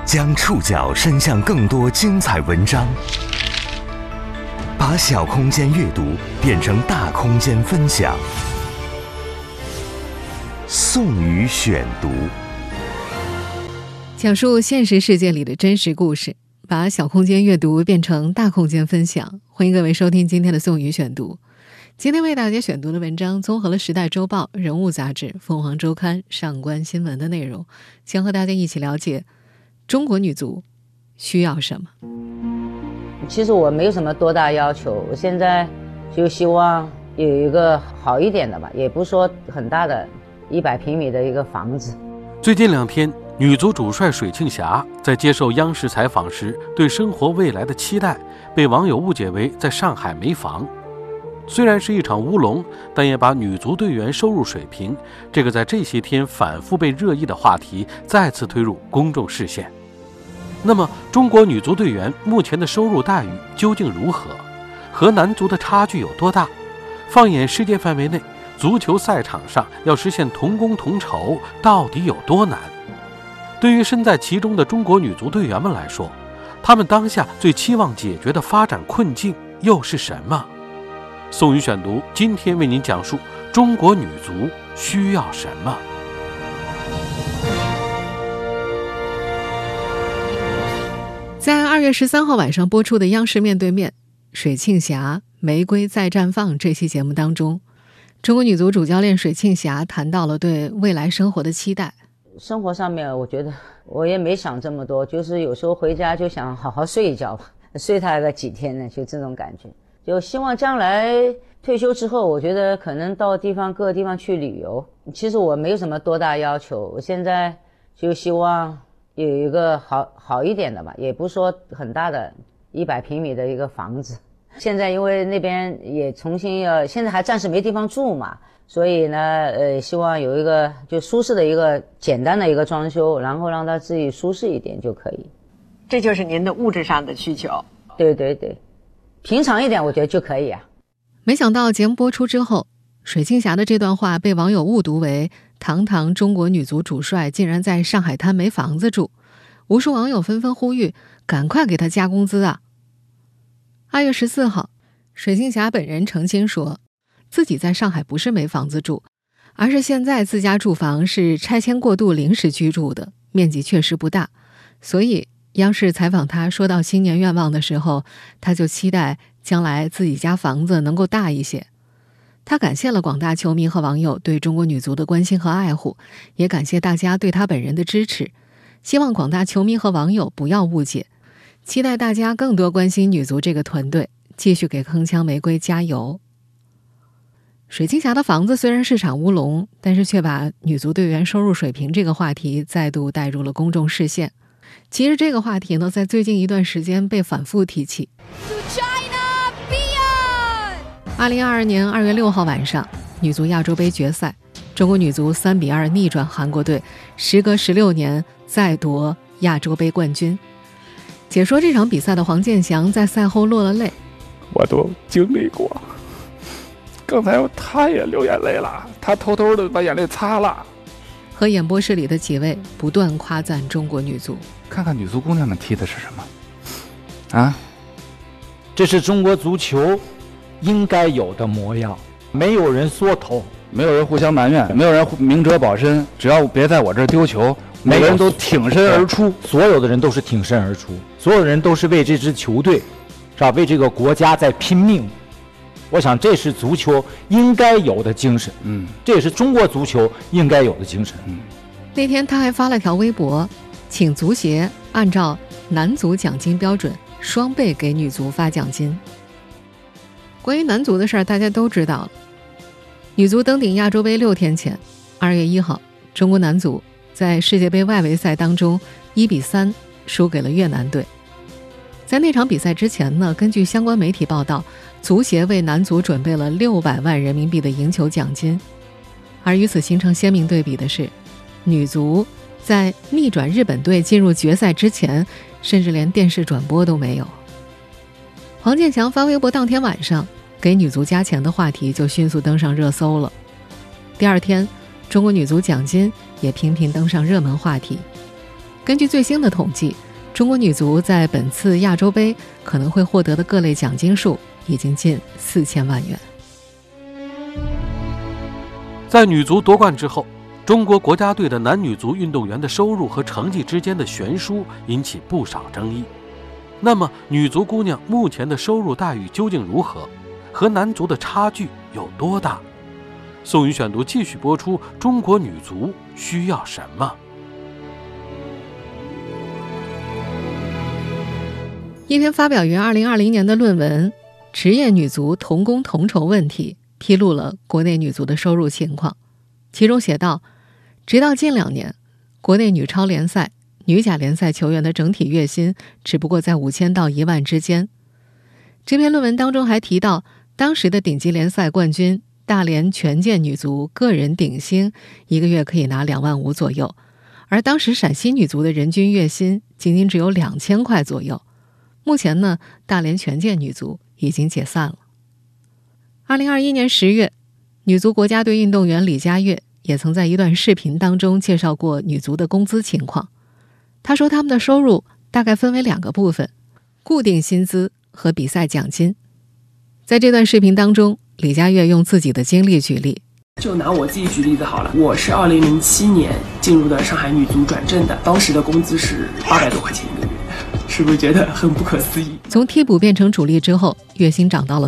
将触角伸向更多精彩文章，把小空间阅读变成大空间分享。宋宇选读， 讲述现实世界里的真实故事，把小空间阅读变成大空间分享。欢迎各位收听今天的宋宇选读。今天为大家选读的文章综合了《时代周报》、《人物杂志》、《凤凰周刊》、上官新闻的内容，将和大家一起了解中国女足需要什么。 其实我没有什么多大要求，我现在就希望有一个好一点的吧，也不是说很大的100平米的一个房子。 最近2天，女足主帅水庆霞在接受央视采访时，对生活未来的期待被网友误解为在上海没房。虽然是一场乌龙，但也把女足队员收入水平这个在这些天反复被热议的话题再次推入公众视线。那么中国女足队员目前的收入待遇究竟如何？和男足的差距有多大？放眼世界范围内，足球赛场上要实现同工同酬到底有多难？对于身在其中的中国女足队员们来说，她们当下最期望解决的发展困境又是什么？宋宇选读今天为您讲述中国女足需要什么。 在2月13号晚上播出的央视面对面水庆霞玫瑰再绽放这期节目当中，中国女足主教练水庆霞谈到了对未来生活的期待。 生活上面我觉得我也没想这么多，就是有时候回家就想好好睡一觉吧，睡它个几天呢，就这种感觉。就希望将来退休之后，我觉得可能到各个地方去旅游。其实我没有什么多大要求，我现在就希望有一个好一点的吧，也不是说很大的100平米的一个房子。现在因为那边也重新现在还暂时没地方住嘛，所以呢希望有一个就舒适的一个简单的一个装修，然后让它自己舒适一点就可以。 这就是您的物质上的需求。 对对对，平常一点我觉得就可以啊。 没想到节目播出之后，水庆霞的这段话被网友误读为堂堂中国女足主帅竟然在上海滩没房子住，无数网友纷纷呼吁赶快给她加工资啊。2月14号，水庆霞本人澄清说，自己在上海不是没房子住，而是现在自家住房是拆迁过渡临时居住的，面积确实不大，所以央视采访他说到新年愿望的时候，他就期待将来自己家房子能够大一些。他感谢了广大球迷和网友对中国女足的关心和爱护，也感谢大家对他本人的支持，希望广大球迷和网友不要误解，期待大家更多关心女足这个团队，继续给铿锵玫瑰加油。水庆霞的房子虽然是场乌龙，但是却把女足队员收入水平这个话题再度带入了公众视线。其实这个话题呢，在最近一段时间被反复提起。2022年2月6号晚上，女足亚洲杯决赛，中国女足3-2逆转韩国队，时隔16年再夺亚洲杯冠军。解说这场比赛的黄健翔在赛后落了泪。 我都经历过，刚才他也流眼泪了，他偷偷的把眼泪擦了。 和演播室里的几位不断夸赞中国女足。 看看女足姑娘们踢的是什么啊？ 这是中国足球应该有的模样，没有人缩头， 没有人互相埋怨，没有人明哲保身，只要别在我这儿丢球，每个人都挺身而出， 所有的人都是挺身而出，所有的人都是为这支球队，是吧？为这个国家在拼命。我想这是足球应该有的精神，这也是中国足球应该有的精神。 那天他还发了条微博，请足协按照男足奖金标准双倍给女足发奖金。关于男足的事儿，大家都知道了。女足登顶亚洲杯6天前，2月1号，中国男足在世界杯外围赛当中1-3输给了越南队。在那场比赛之前呢，根据相关媒体报道，足协为男足准备了600万人民币的赢球奖金。而与此形成鲜明对比的是，女足在逆转日本队进入决赛之前，甚至连电视转播都没有。黄健翔发微博当天晚上，给女足加钱的话题就迅速登上热搜了。第二天，中国女足奖金也频频登上热门话题。 根据最新的统计，中国女足在本次亚洲杯可能会获得的各类奖金数已经近4000万元。 在女足夺冠之后，中国国家队的男女足运动员的收入和成绩之间的悬殊引起不少争议。那么女足姑娘目前的收入待遇究竟如何？和男足的差距有多大？宋宇选读继续播出，中国女足需要什么？ 一篇发表于2020年的论文《职业女足同工同酬问题》披露了国内女足的收入情况。其中写道，直到近2年，国内女超联赛、女甲联赛球员的整体月薪只不过在5000到1万之间。这篇论文当中还提到，当时的顶级联赛冠军大连权健女足个人顶薪1个月可以拿2万5左右，而当时陕西女足的人均月薪仅仅只有2000块左右。目前呢，大连权健女足已经解散了。2021年10月，女足国家队运动员李佳悦也曾在一段视频当中介绍过女足的工资情况。她说他们的收入大概分为2个部分，固定薪资和比赛奖金。在这段视频当中，李佳悦用自己的经历举例。 就拿我自己举例子好了，我是2007年进入的上海女足转正的，当时的工资是800多块钱1个月，是不是觉得很不可思议？ 从替补变成主力之后，月薪涨到了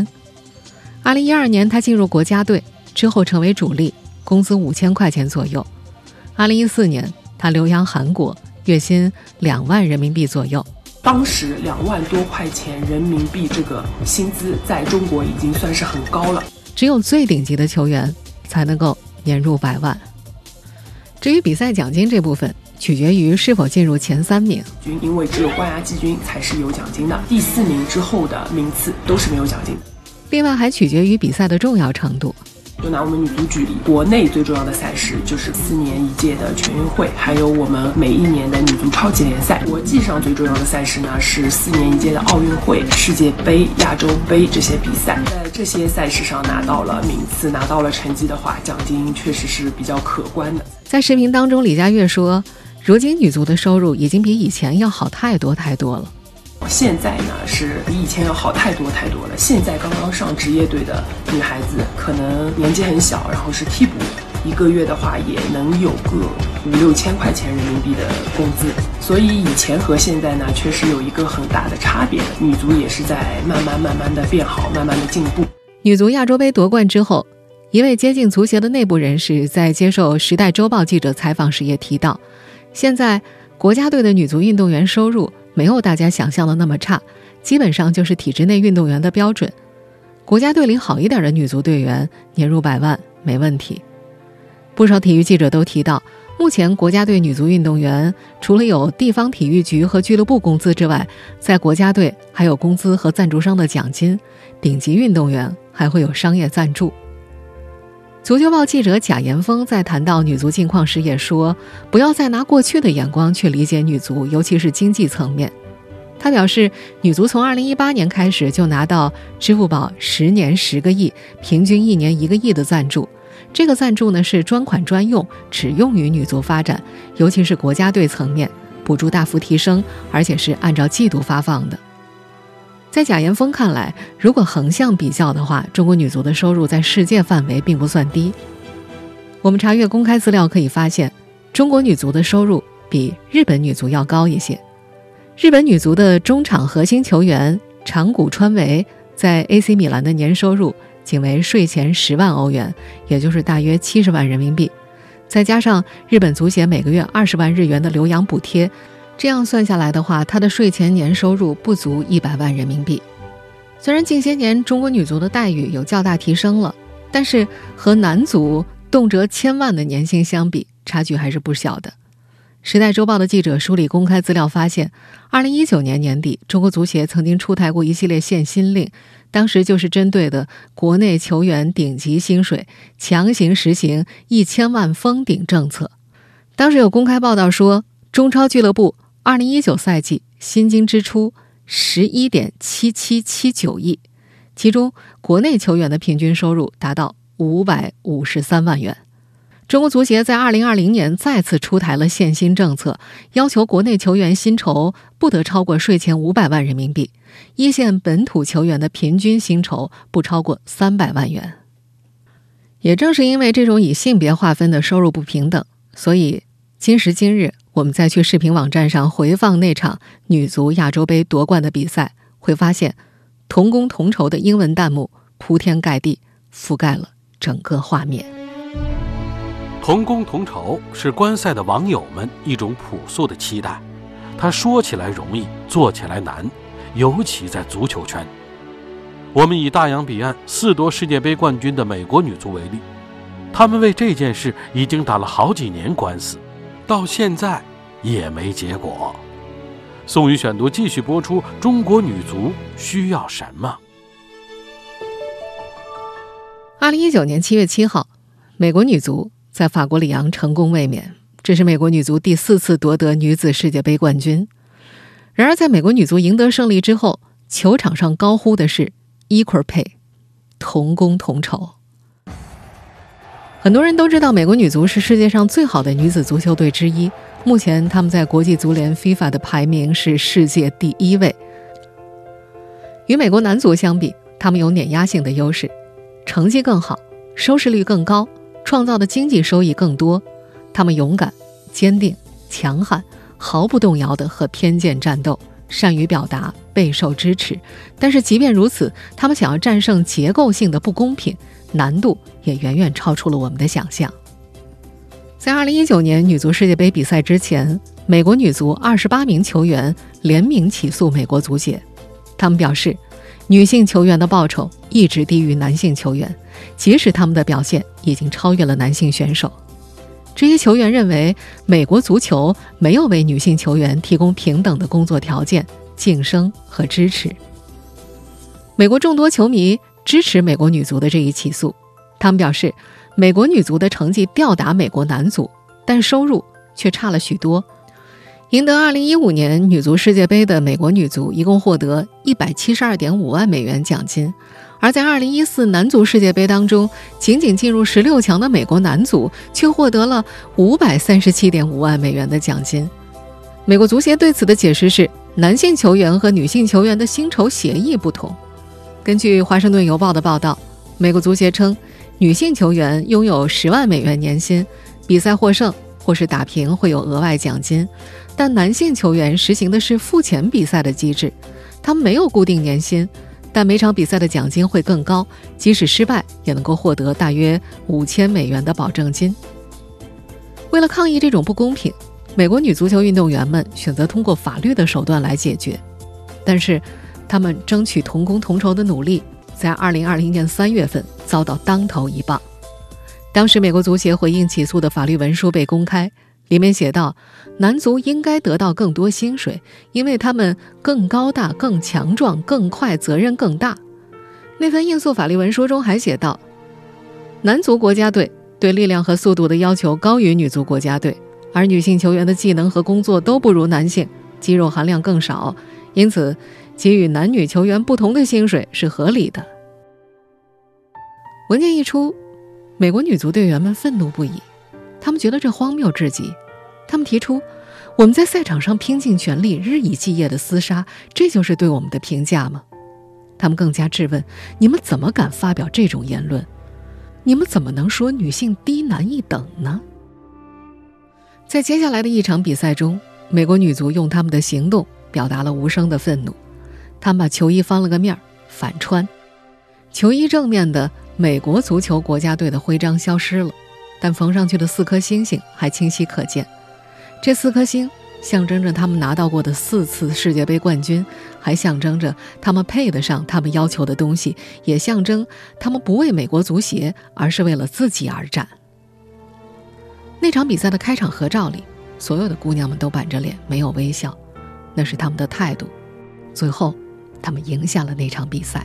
3000。2012年他进入国家队之后成为主力，工资5000块钱左右。2014年他留洋韩国，月薪2万人民币左右。 当时2万多块钱人民币这个薪资在中国已经算是很高了， 只有最顶级的球员才能够年入100万。至于比赛奖金这部分，取决于是否进入前3名， 因为只有冠亚季军才是有奖金的，第4名之后的名次都是没有奖金的。 另外还取决于比赛的重要程度。 就拿我们女足举例，国内最重要的赛事就是4年1届的全运会，还有我们每1年的女足超级联赛。国际上最重要的赛事呢是4年1届的奥运会、世界杯、亚洲杯这些比赛。在这些赛事上拿到了名次，拿到了成绩的话，奖金确实是比较可观的。 在视频当中，李佳悦说，如今女足的收入已经比以前要好太多太多了。 现在呢是比以前要好太多太多了。现在刚刚上职业队的女孩子，可能年纪很小，然后是替补，1个月的话也能有个5、6千块钱人民币的工资。所以以前和现在呢，确实有一个很大的差别。女足也是在慢慢的变好，慢慢的进步。 女足亚洲杯夺冠之后，一位接近足协的内部人士在接受《时代周报》记者采访时也提到，现在国家队的女足运动员收入没有大家想象的那么差，基本上就是体制内运动员的标准。国家队里好一点的女足队员年入100万没问题。不少体育记者都提到，目前国家队女足运动员除了有地方体育局和俱乐部工资之外，在国家队还有工资和赞助商的奖金，顶级运动员还会有商业赞助。足球报记者贾岩峰在谈到女足近况时也说，不要再拿过去的眼光去理解女足，尤其是经济层面。他表示，女足从2018年开始就拿到支付宝10年10个亿，平均1年1个亿的赞助。这个赞助呢是专款专用，只用于女足发展，尤其是国家队层面，补助大幅提升，而且是按照季度发放的。在贾岩峰看来，如果横向比较的话，中国女足的收入在世界范围并不算低。我们查阅公开资料可以发现，中国女足的收入比日本女足要高一些。日本女足的中场核心球员长谷川唯在 AC 米兰的年收入仅为税前10万欧元，也就是大约70万人民币，再加上日本足协每个月20万日元的留洋补贴，这样算下来的话，她的税前年收入不足100万人民币。虽然近些年中国女足的待遇有较大提升了，但是和男足动辄1000万的年薪相比，差距还是不小的。时代周报的记者梳理公开资料发现，2019年年底，中国足协曾经出台过一系列限薪令，当时就是针对的国内球员顶级薪水，强行实行1000万封顶政策。当时有公开报道说，中超俱乐部2019赛季薪金支出11.7779亿，其中国内球员的平均收入达到553万元。 中国足协在2020年再次出台了限薪政策，要求国内球员薪酬不得超过税前500万人民币，一线本土球员的平均薪酬不超过300万元。也正是因为这种以性别划分的收入不平等，所以今时今日我们再去视频网站上回放那场女足亚洲杯夺冠的比赛，会发现同工同酬的英文弹幕铺天盖地，覆盖了整个画面。 同工同酬是观赛的网友们一种朴素的期待，它说起来容易，做起来难，尤其在足球圈。我们以大洋彼岸4夺世界杯冠军的美国女足为例，他们为这件事已经打了好几年官司，到现在也没结果。宋宇选读继续播出，中国女足需要什么 ？2019年7月7号，美国女足在法国里昂成功卫冕，这是美国女足第4次夺得女子世界杯冠军。然而在美国女足赢得胜利之后，球场上高呼的是 equal pay， 同工同酬。很多人都知道美国女足是世界上最好的女子足球队之一，目前他们在国际足联 FIFA 的排名是世界第1位。与美国男足相比，他们有碾压性的优势，成绩更好，收视率更高，创造的经济收益更多。他们勇敢、坚定、强悍，毫不动摇地和偏见战斗，善于表达，备受支持。但是即便如此，他们想要战胜结构性的不公平，难度也远远超出了我们的想象。在2019年女足世界杯比赛之前，美国女足28名球员联名起诉美国足协。他们表示，女性球员的报酬一直低于男性球员，即使他们的表现已经超越了男性选手。这些球员认为，美国足球没有为女性球员提供平等的工作条件、晋升和支持。美国众多球迷支持美国女足的这一起诉，他们表示，美国女足的成绩吊打美国男足，但收入却差了许多。赢得2015年女足世界杯的美国女足一共获得 172.5 万美元奖金，而在2014男足世界杯当中，仅仅进入16强的美国男足却获得了 537.5 万美元的奖金。美国足协对此的解释是，男性球员和女性球员的薪酬协议不同。根据华盛顿邮报的报道，美国足协称，女性球员拥有10万美元年薪，比赛获胜或是打平会有额外奖金，但男性球员实行的是付钱比赛的机制，他们没有固定年薪，但每场比赛的奖金会更高，即使失败也能够获得大约5000美元的保证金。为了抗议这种不公平，美国女足球运动员们选择通过法律的手段来解决，但是他们争取同工同酬的努力在2020年3月份遭到当头一棒。当时美国足协回应起诉的法律文书被公开，里面写道，男足应该得到更多薪水，因为他们更高大、更强壮、更快，责任更大。那份应诉法律文书中还写道，男足国家队对力量和速度的要求高于女足国家队，而女性球员的技能和工作都不如男性，肌肉含量更少，因此给予男女球员不同的薪水是合理的。文件一出，美国女足队员们愤怒不已，他们觉得这荒谬至极。他们提出，我们在赛场上拼尽全力，日以继夜的厮杀，这就是对我们的评价吗？他们更加质问，你们怎么敢发表这种言论？你们怎么能说女性低男一等呢？在接下来的一场比赛中，美国女足用他们的行动表达了无声的愤怒。他们把球衣翻了个面，反穿。球衣正面的美国足球国家队的徽章消失了，但缝上去的4颗星星还清晰可见。这4颗星象征着他们拿到过的4次世界杯冠军，还象征着他们配得上他们要求的东西，也象征他们不为美国足协，而是为了自己而战。那场比赛的开场合照里，所有的姑娘们都板着脸，没有微笑，那是他们的态度。最后他们赢下了那场比赛。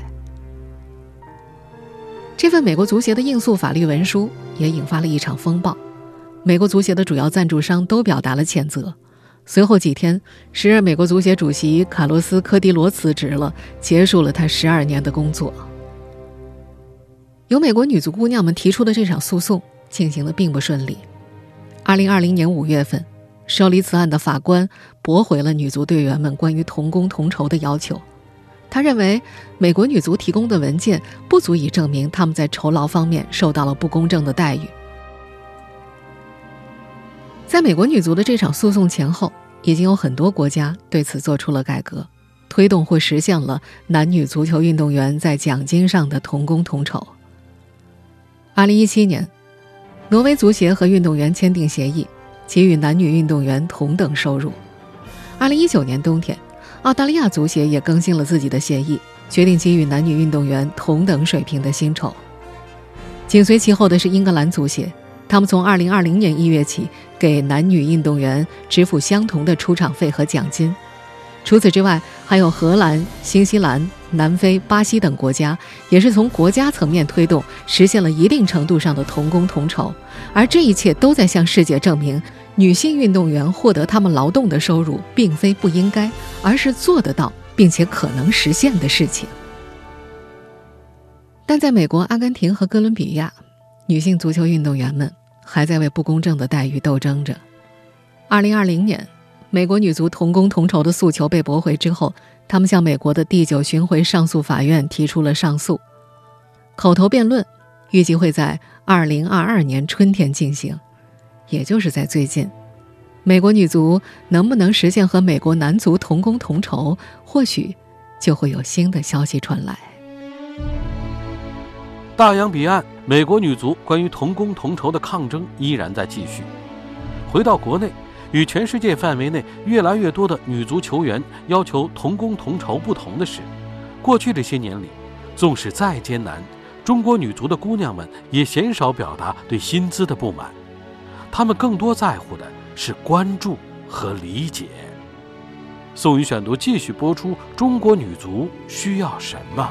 这份美国足协的应诉法律文书也引发了一场风暴，美国足协的主要赞助商都表达了谴责。随后几天，时任美国足协主席卡洛斯·科迪罗辞职了，结束了他12年的工作。由美国女足姑娘们提出的这场诉讼， 进行得并不顺利。2020年5月份，受理此案的法官驳回了女足队员们关于同工同酬的要求。他认为美国女足提供的文件不足以证明他们在酬劳方面受到了不公正的待遇。在美国女足的这场诉讼前后，已经有很多国家对此做出了改革，推动或实现了男女足球运动员在奖金上的同工同酬。2017年，挪威足协和运动员签订协议，给予男女运动员同等收入。2019年冬天，澳大利亚足协也更新了自己的协议，决定给予男女运动员同等水平的薪酬。紧随其后的是英格兰足协，他们从2020年1月起给男女运动员支付相同的出场费和奖金。除此之外，还有荷兰、新西兰、南非、巴西等国家也是从国家层面推动，实现了一定程度上的同工同酬。而这一切都在向世界证明，女性运动员获得他们劳动的收入并非不应该，而是做得到并且可能实现的事情。但在美国、阿根廷和哥伦比亚，女性足球运动员们还在为不公正的待遇斗争着。2020年，美国女足同工同酬的诉求被驳回之后，他们向美国的第9巡回上诉法院提出了上诉。口头辩论预计会在2022年春天进行，也就是在最近。美国女足能不能实现和美国男足同工同酬，或许就会有新的消息传来。 大洋彼岸，美国女足关于同工同酬的抗争依然在继续。回到国内，与全世界范围内越来越多的女足球员要求同工同酬不同的是，过去这些年里，纵使再艰难，中国女足的姑娘们也鲜少表达对薪资的不满，她们更多在乎的是关注和理解。宋宇选读继续播出：中国女足需要什么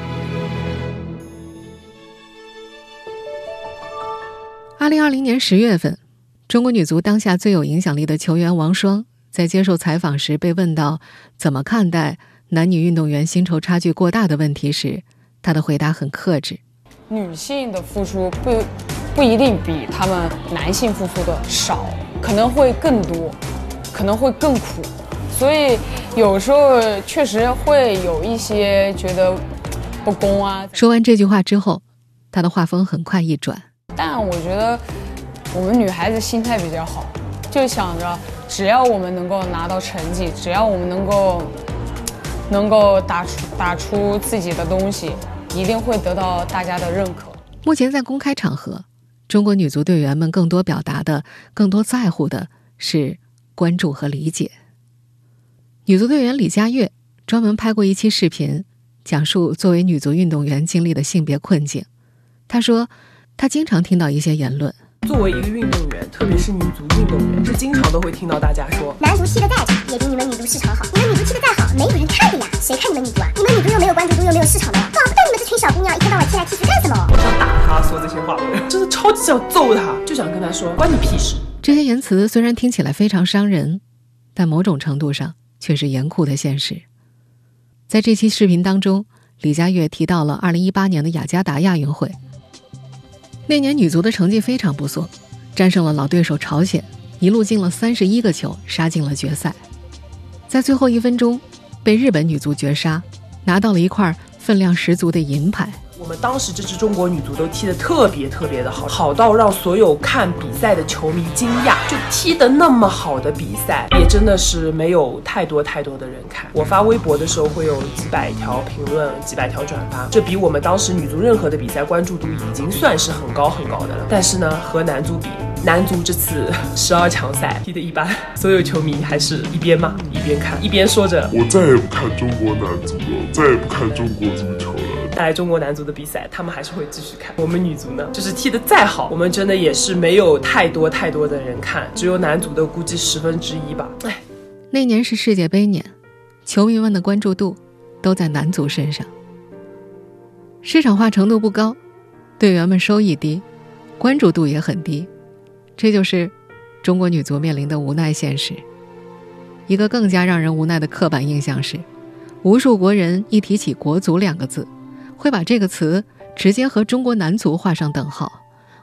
？2020年10月份，中国女足当下最有影响力的球员王霜在接受采访时被问到怎么看待男女运动员薪酬差距过大的问题时，她的回答很克制。 女性的付出不一定比他们男性付出的少，可能会更多，可能会更苦，所以有时候确实会有一些觉得不公啊。 说完这句话之后，她的话风很快一转。 但我觉得我们女孩子心态比较好，就想着只要我们能够拿到成绩，只要我们能够打出自己的东西，一定会得到大家的认可。 目前在公开场合，中国女足队员们更多表达的、更多在乎的是关注和理解。女足队员李佳悦专门拍过一期视频，讲述作为女足运动员经历的性别困境。她说，她经常听到一些言论， 作为一个运动员，特别是女足运动员，是经常都会听到大家说， 男足踢得再差也比你们女足市场好，你们女足踢得再好没有人看的呀，谁看你们女足啊？你们女足又没有关注度，又没有市场的，搞不懂你们这群小姑娘一天到晚踢来踢去干什么？ 我想打他说这些话，真的超级想揍他，就想跟他说关你屁事。 这些言辞虽然听起来非常伤人，但某种程度上却是严酷的现实。在这期视频当中，李佳悦提到了2018年的雅加达亚运会。那年女足的成绩非常不错，战胜了老对手朝鲜，一路进了31个球，杀进了决赛。在最后1分钟被日本女足绝杀，拿到了一块分量十足的银牌。 我们当时这支中国女足都踢得特别的好，好到让所有看比赛的球迷惊讶，就踢得那么好的比赛，也真的是没有太多的人看。我发微博的时候会有几百条评论、几百条转发，这比我们当时女足任何的比赛关注度已经算是很高的了。但是呢，和男足比，男足这次12强赛踢得一般，所有球迷还是一边骂一边看，一边说着我再也不看中国男足了，再也不看中国足球了。 带来中国男足的比赛，他们还是会继续看。我们女足呢，就是踢得再好，我们真的也是没有太多的人看，只有男足的估计1/10吧。 那年是世界杯年，球迷们的关注度都在男足身上，市场化程度不高，队员们收益低，关注度也很低，这就是中国女足面临的无奈现实。一个更加让人无奈的刻板印象是，无数国人一提起国足2个字，会把这个词直接和中国男足画上等号，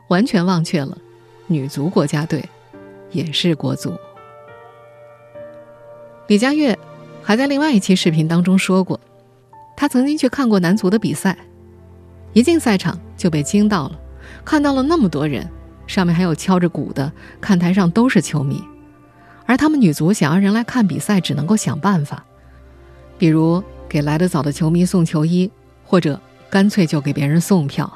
完全忘却了女足国家队也是国足。李佳悦还在另外一期视频当中说过，他曾经去看过男足的比赛，一进赛场就被惊到了，看到了那么多人，上面还有敲着鼓的，看台上都是球迷，而他们女足想要人来看比赛，只能够想办法，比如给来得早的球迷送球衣，或者干脆就给别人送票。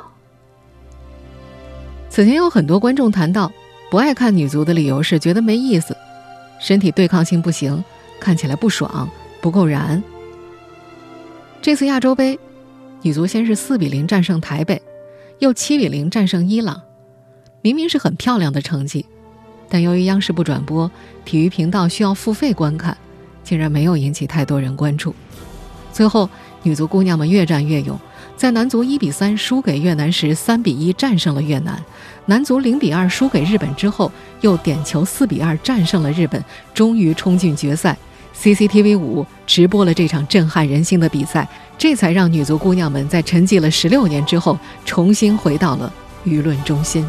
此前有很多观众谈到不爱看女足的理由是觉得没意思，身体对抗性不行，看起来不爽，不够燃。这次亚洲杯，女足先是4-0战胜台北，又7-0战胜伊朗，明明是很漂亮的成绩，但由于央视不转播，体育频道需要付费观看，竟然没有引起太多人关注。最后女足姑娘们越战越勇，在男足1-3输给越南时3-1战胜了越南，男足0-2输给日本之后又点球4-2战胜了日本，终于冲进决赛。CCTV5 直播了这场震撼人心的比赛，这才让女足姑娘们在沉寂了16年之后重新回到了舆论中心。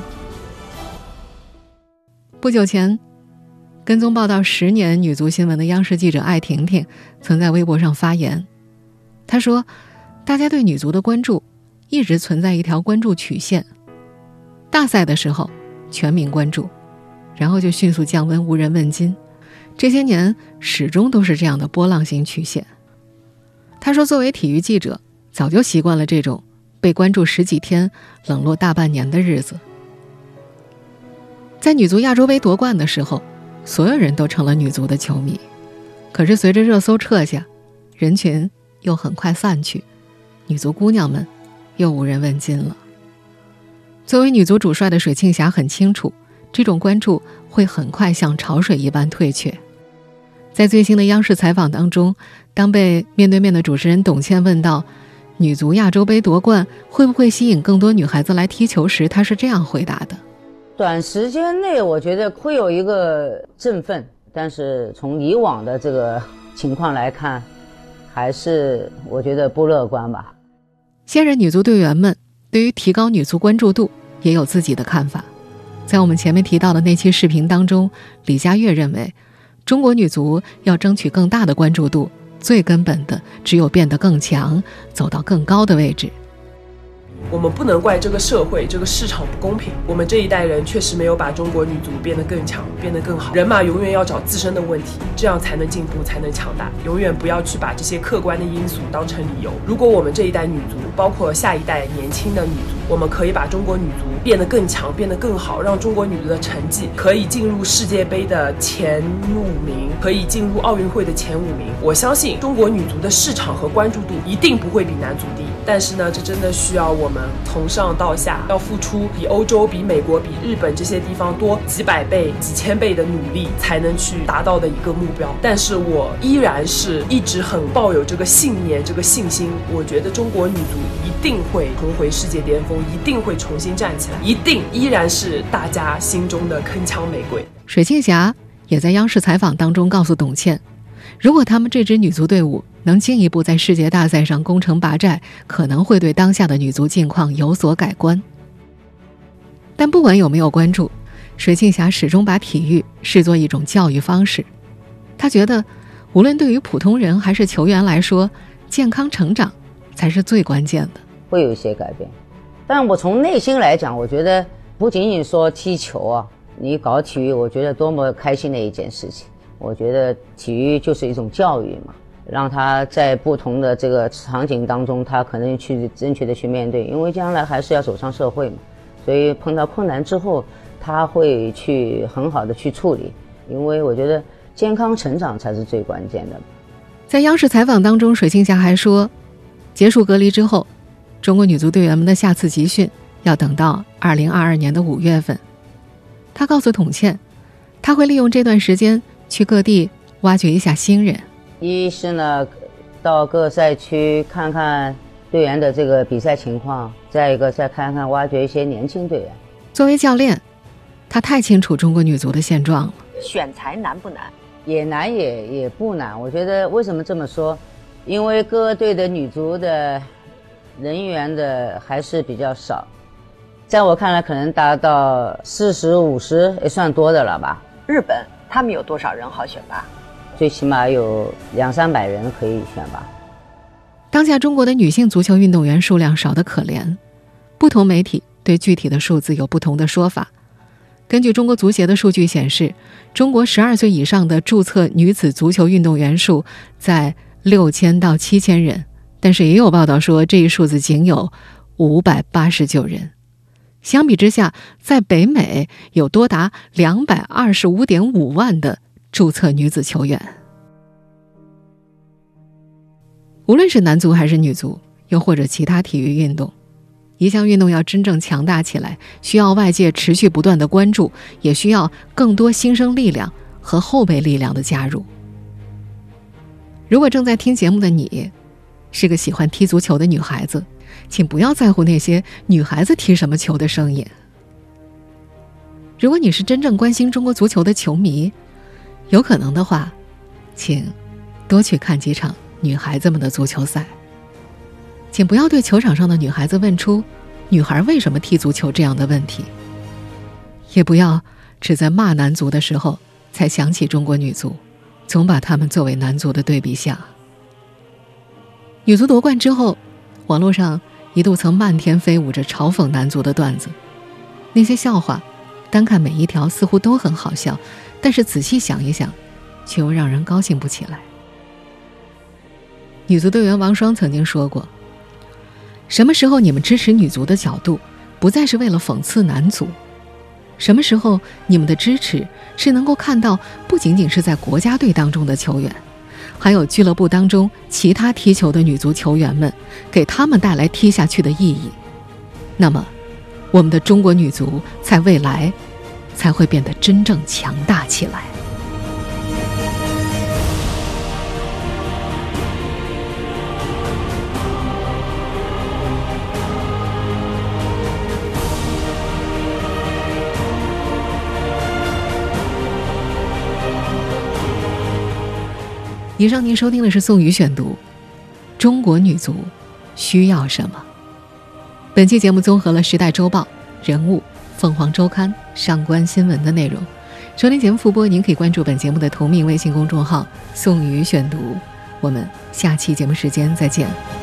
不久前，跟踪报道10年女足新闻的央视记者艾婷婷曾在微博上发言，她说大家对女足的关注一直存在一条关注曲线，大赛的时候全民关注，然后就迅速降温，无人问津，这些年始终都是这样的波浪形曲线。他说作为体育记者早就习惯了这种被关注10几天冷落大半年的日子。在女足亚洲杯夺冠的时候，所有人都成了女足的球迷，可是随着热搜撤下，人群又很快散去，女足姑娘们又无人问津了。作为女足主帅的水庆霞很清楚，这种关注会很快像潮水一般退却。在最新的央视采访当中，当被面对面的主持人董倩问到女足亚洲杯夺冠会不会吸引更多女孩子来踢球时，她是这样回答的： 短时间内我觉得会有一个振奋，但是从以往的这个情况来看，还是我觉得不乐观吧。 现任女足队员们对于提高女足关注度也有自己的看法。在我们前面提到的那期视频当中，李佳悦认为中国女足要争取更大的关注度，最根本的只有变得更强，走到更高的位置。 我们不能怪这个社会这个市场不公平，我们这一代人确实没有把中国女足变得更强，变得更好。人嘛，永远要找自身的问题，这样才能进步，才能强大。永远不要去把这些客观的因素当成理由。如果我们这一代女足，包括下一代年轻的女足，我们可以把中国女足变得更强，变得更好，让中国女足的成绩可以进入世界杯的前5名，可以进入奥运会的前5名。我相信中国女足的市场和关注度一定不会比男足低，但是呢，这真的需要我们从上到下要付出比欧洲、比美国、比日本这些地方多几百倍、几千倍的努力，才能去达到的一个目标。但是我依然是一直很抱有这个信念、这个信心。我觉得中国女足一定会重回世界巅峰，一定会重新站起来，一定依然是大家心中的铿锵玫瑰。 水庆霞也在央视采访当中告诉董倩，如果他们这支女足队伍能进一步在世界大赛上攻城拔寨，可能会对当下的女足境况有所改观。但不管有没有关注，水庆霞始终把体育视作一种教育方式。她觉得无论对于普通人还是球员来说，健康成长才是最关键的。 会有一些改变，但我从内心来讲，我觉得不仅仅说踢球啊，你搞体育，我觉得多么开心的一件事情。我觉得体育就是一种教育嘛，让他在不同的这个场景当中，他可能去正确的去面对，因为将来还是要走上社会嘛，所以碰到困难之后，他会去很好的去处理，因为我觉得健康成长才是最关键的。 在央视采访当中，水庆霞还说，结束隔离之后，中国女足队员们的下次集训要等到2022年的5月份。她告诉董倩，她会利用这段时间去各地挖掘一下新人。 一是呢，到各赛区看看队员的这个比赛情况，再一个再看看挖掘一些年轻队员。 作为教练，他太清楚中国女足的现状了。 选材难不难？ 也难也不难。我觉得为什么这么说，因为各队的女足的人员的还是比较少， 在我看来可能达到40、50也算多的了吧。 日本他们有多少人好选拔？ 最起码有200-300人可以选拔。 当下中国的女性足球运动员数量少得可怜，不同媒体对具体的数字有不同的说法。根据中国足协的数据显示，中国12岁以上的注册女子足球运动员数在6000到7000人，但是也有报道说这一数字仅有589人。相比之下，在北美有多达225.5万的注册女子球员。无论是男足还是女足，又或者其他体育运动，一项运动要真正强大起来，需要外界持续不断的关注，也需要更多新生力量和后备力量的加入。如果正在听节目的你是个喜欢踢足球的女孩子，请不要在乎那些女孩子踢什么球的声音。如果你是真正关心中国足球的球迷，有可能的话，请多去看几场女孩子们的足球赛。请不要对球场上的女孩子问出女孩为什么踢足球这样的问题，也不要只在骂男足的时候才想起中国女足，总把她们作为男足的对比项。女足夺冠之后，网络上一度曾漫天飞舞着嘲讽男足的段子，那些笑话单看每一条似乎都很好笑，但是仔细想一想却又让人高兴不起来。女足队员王霜曾经说过，什么时候你们支持女足的角度不再是为了讽刺男足，什么时候你们的支持是能够看到不仅仅是在国家队当中的球员，还有俱乐部当中其他踢球的女足球员们，给他们带来踢下去的意义，那么我们的中国女足在未来才会变得真正强大起来。以上您收听的是宋宇选读，中国女足需要什么？本期节目综合了《时代周报》、人物、凤凰周刊、上官新闻的内容。收听节目复播，您可以关注本节目的同名微信公众号宋宇选读。我们下期节目时间再见。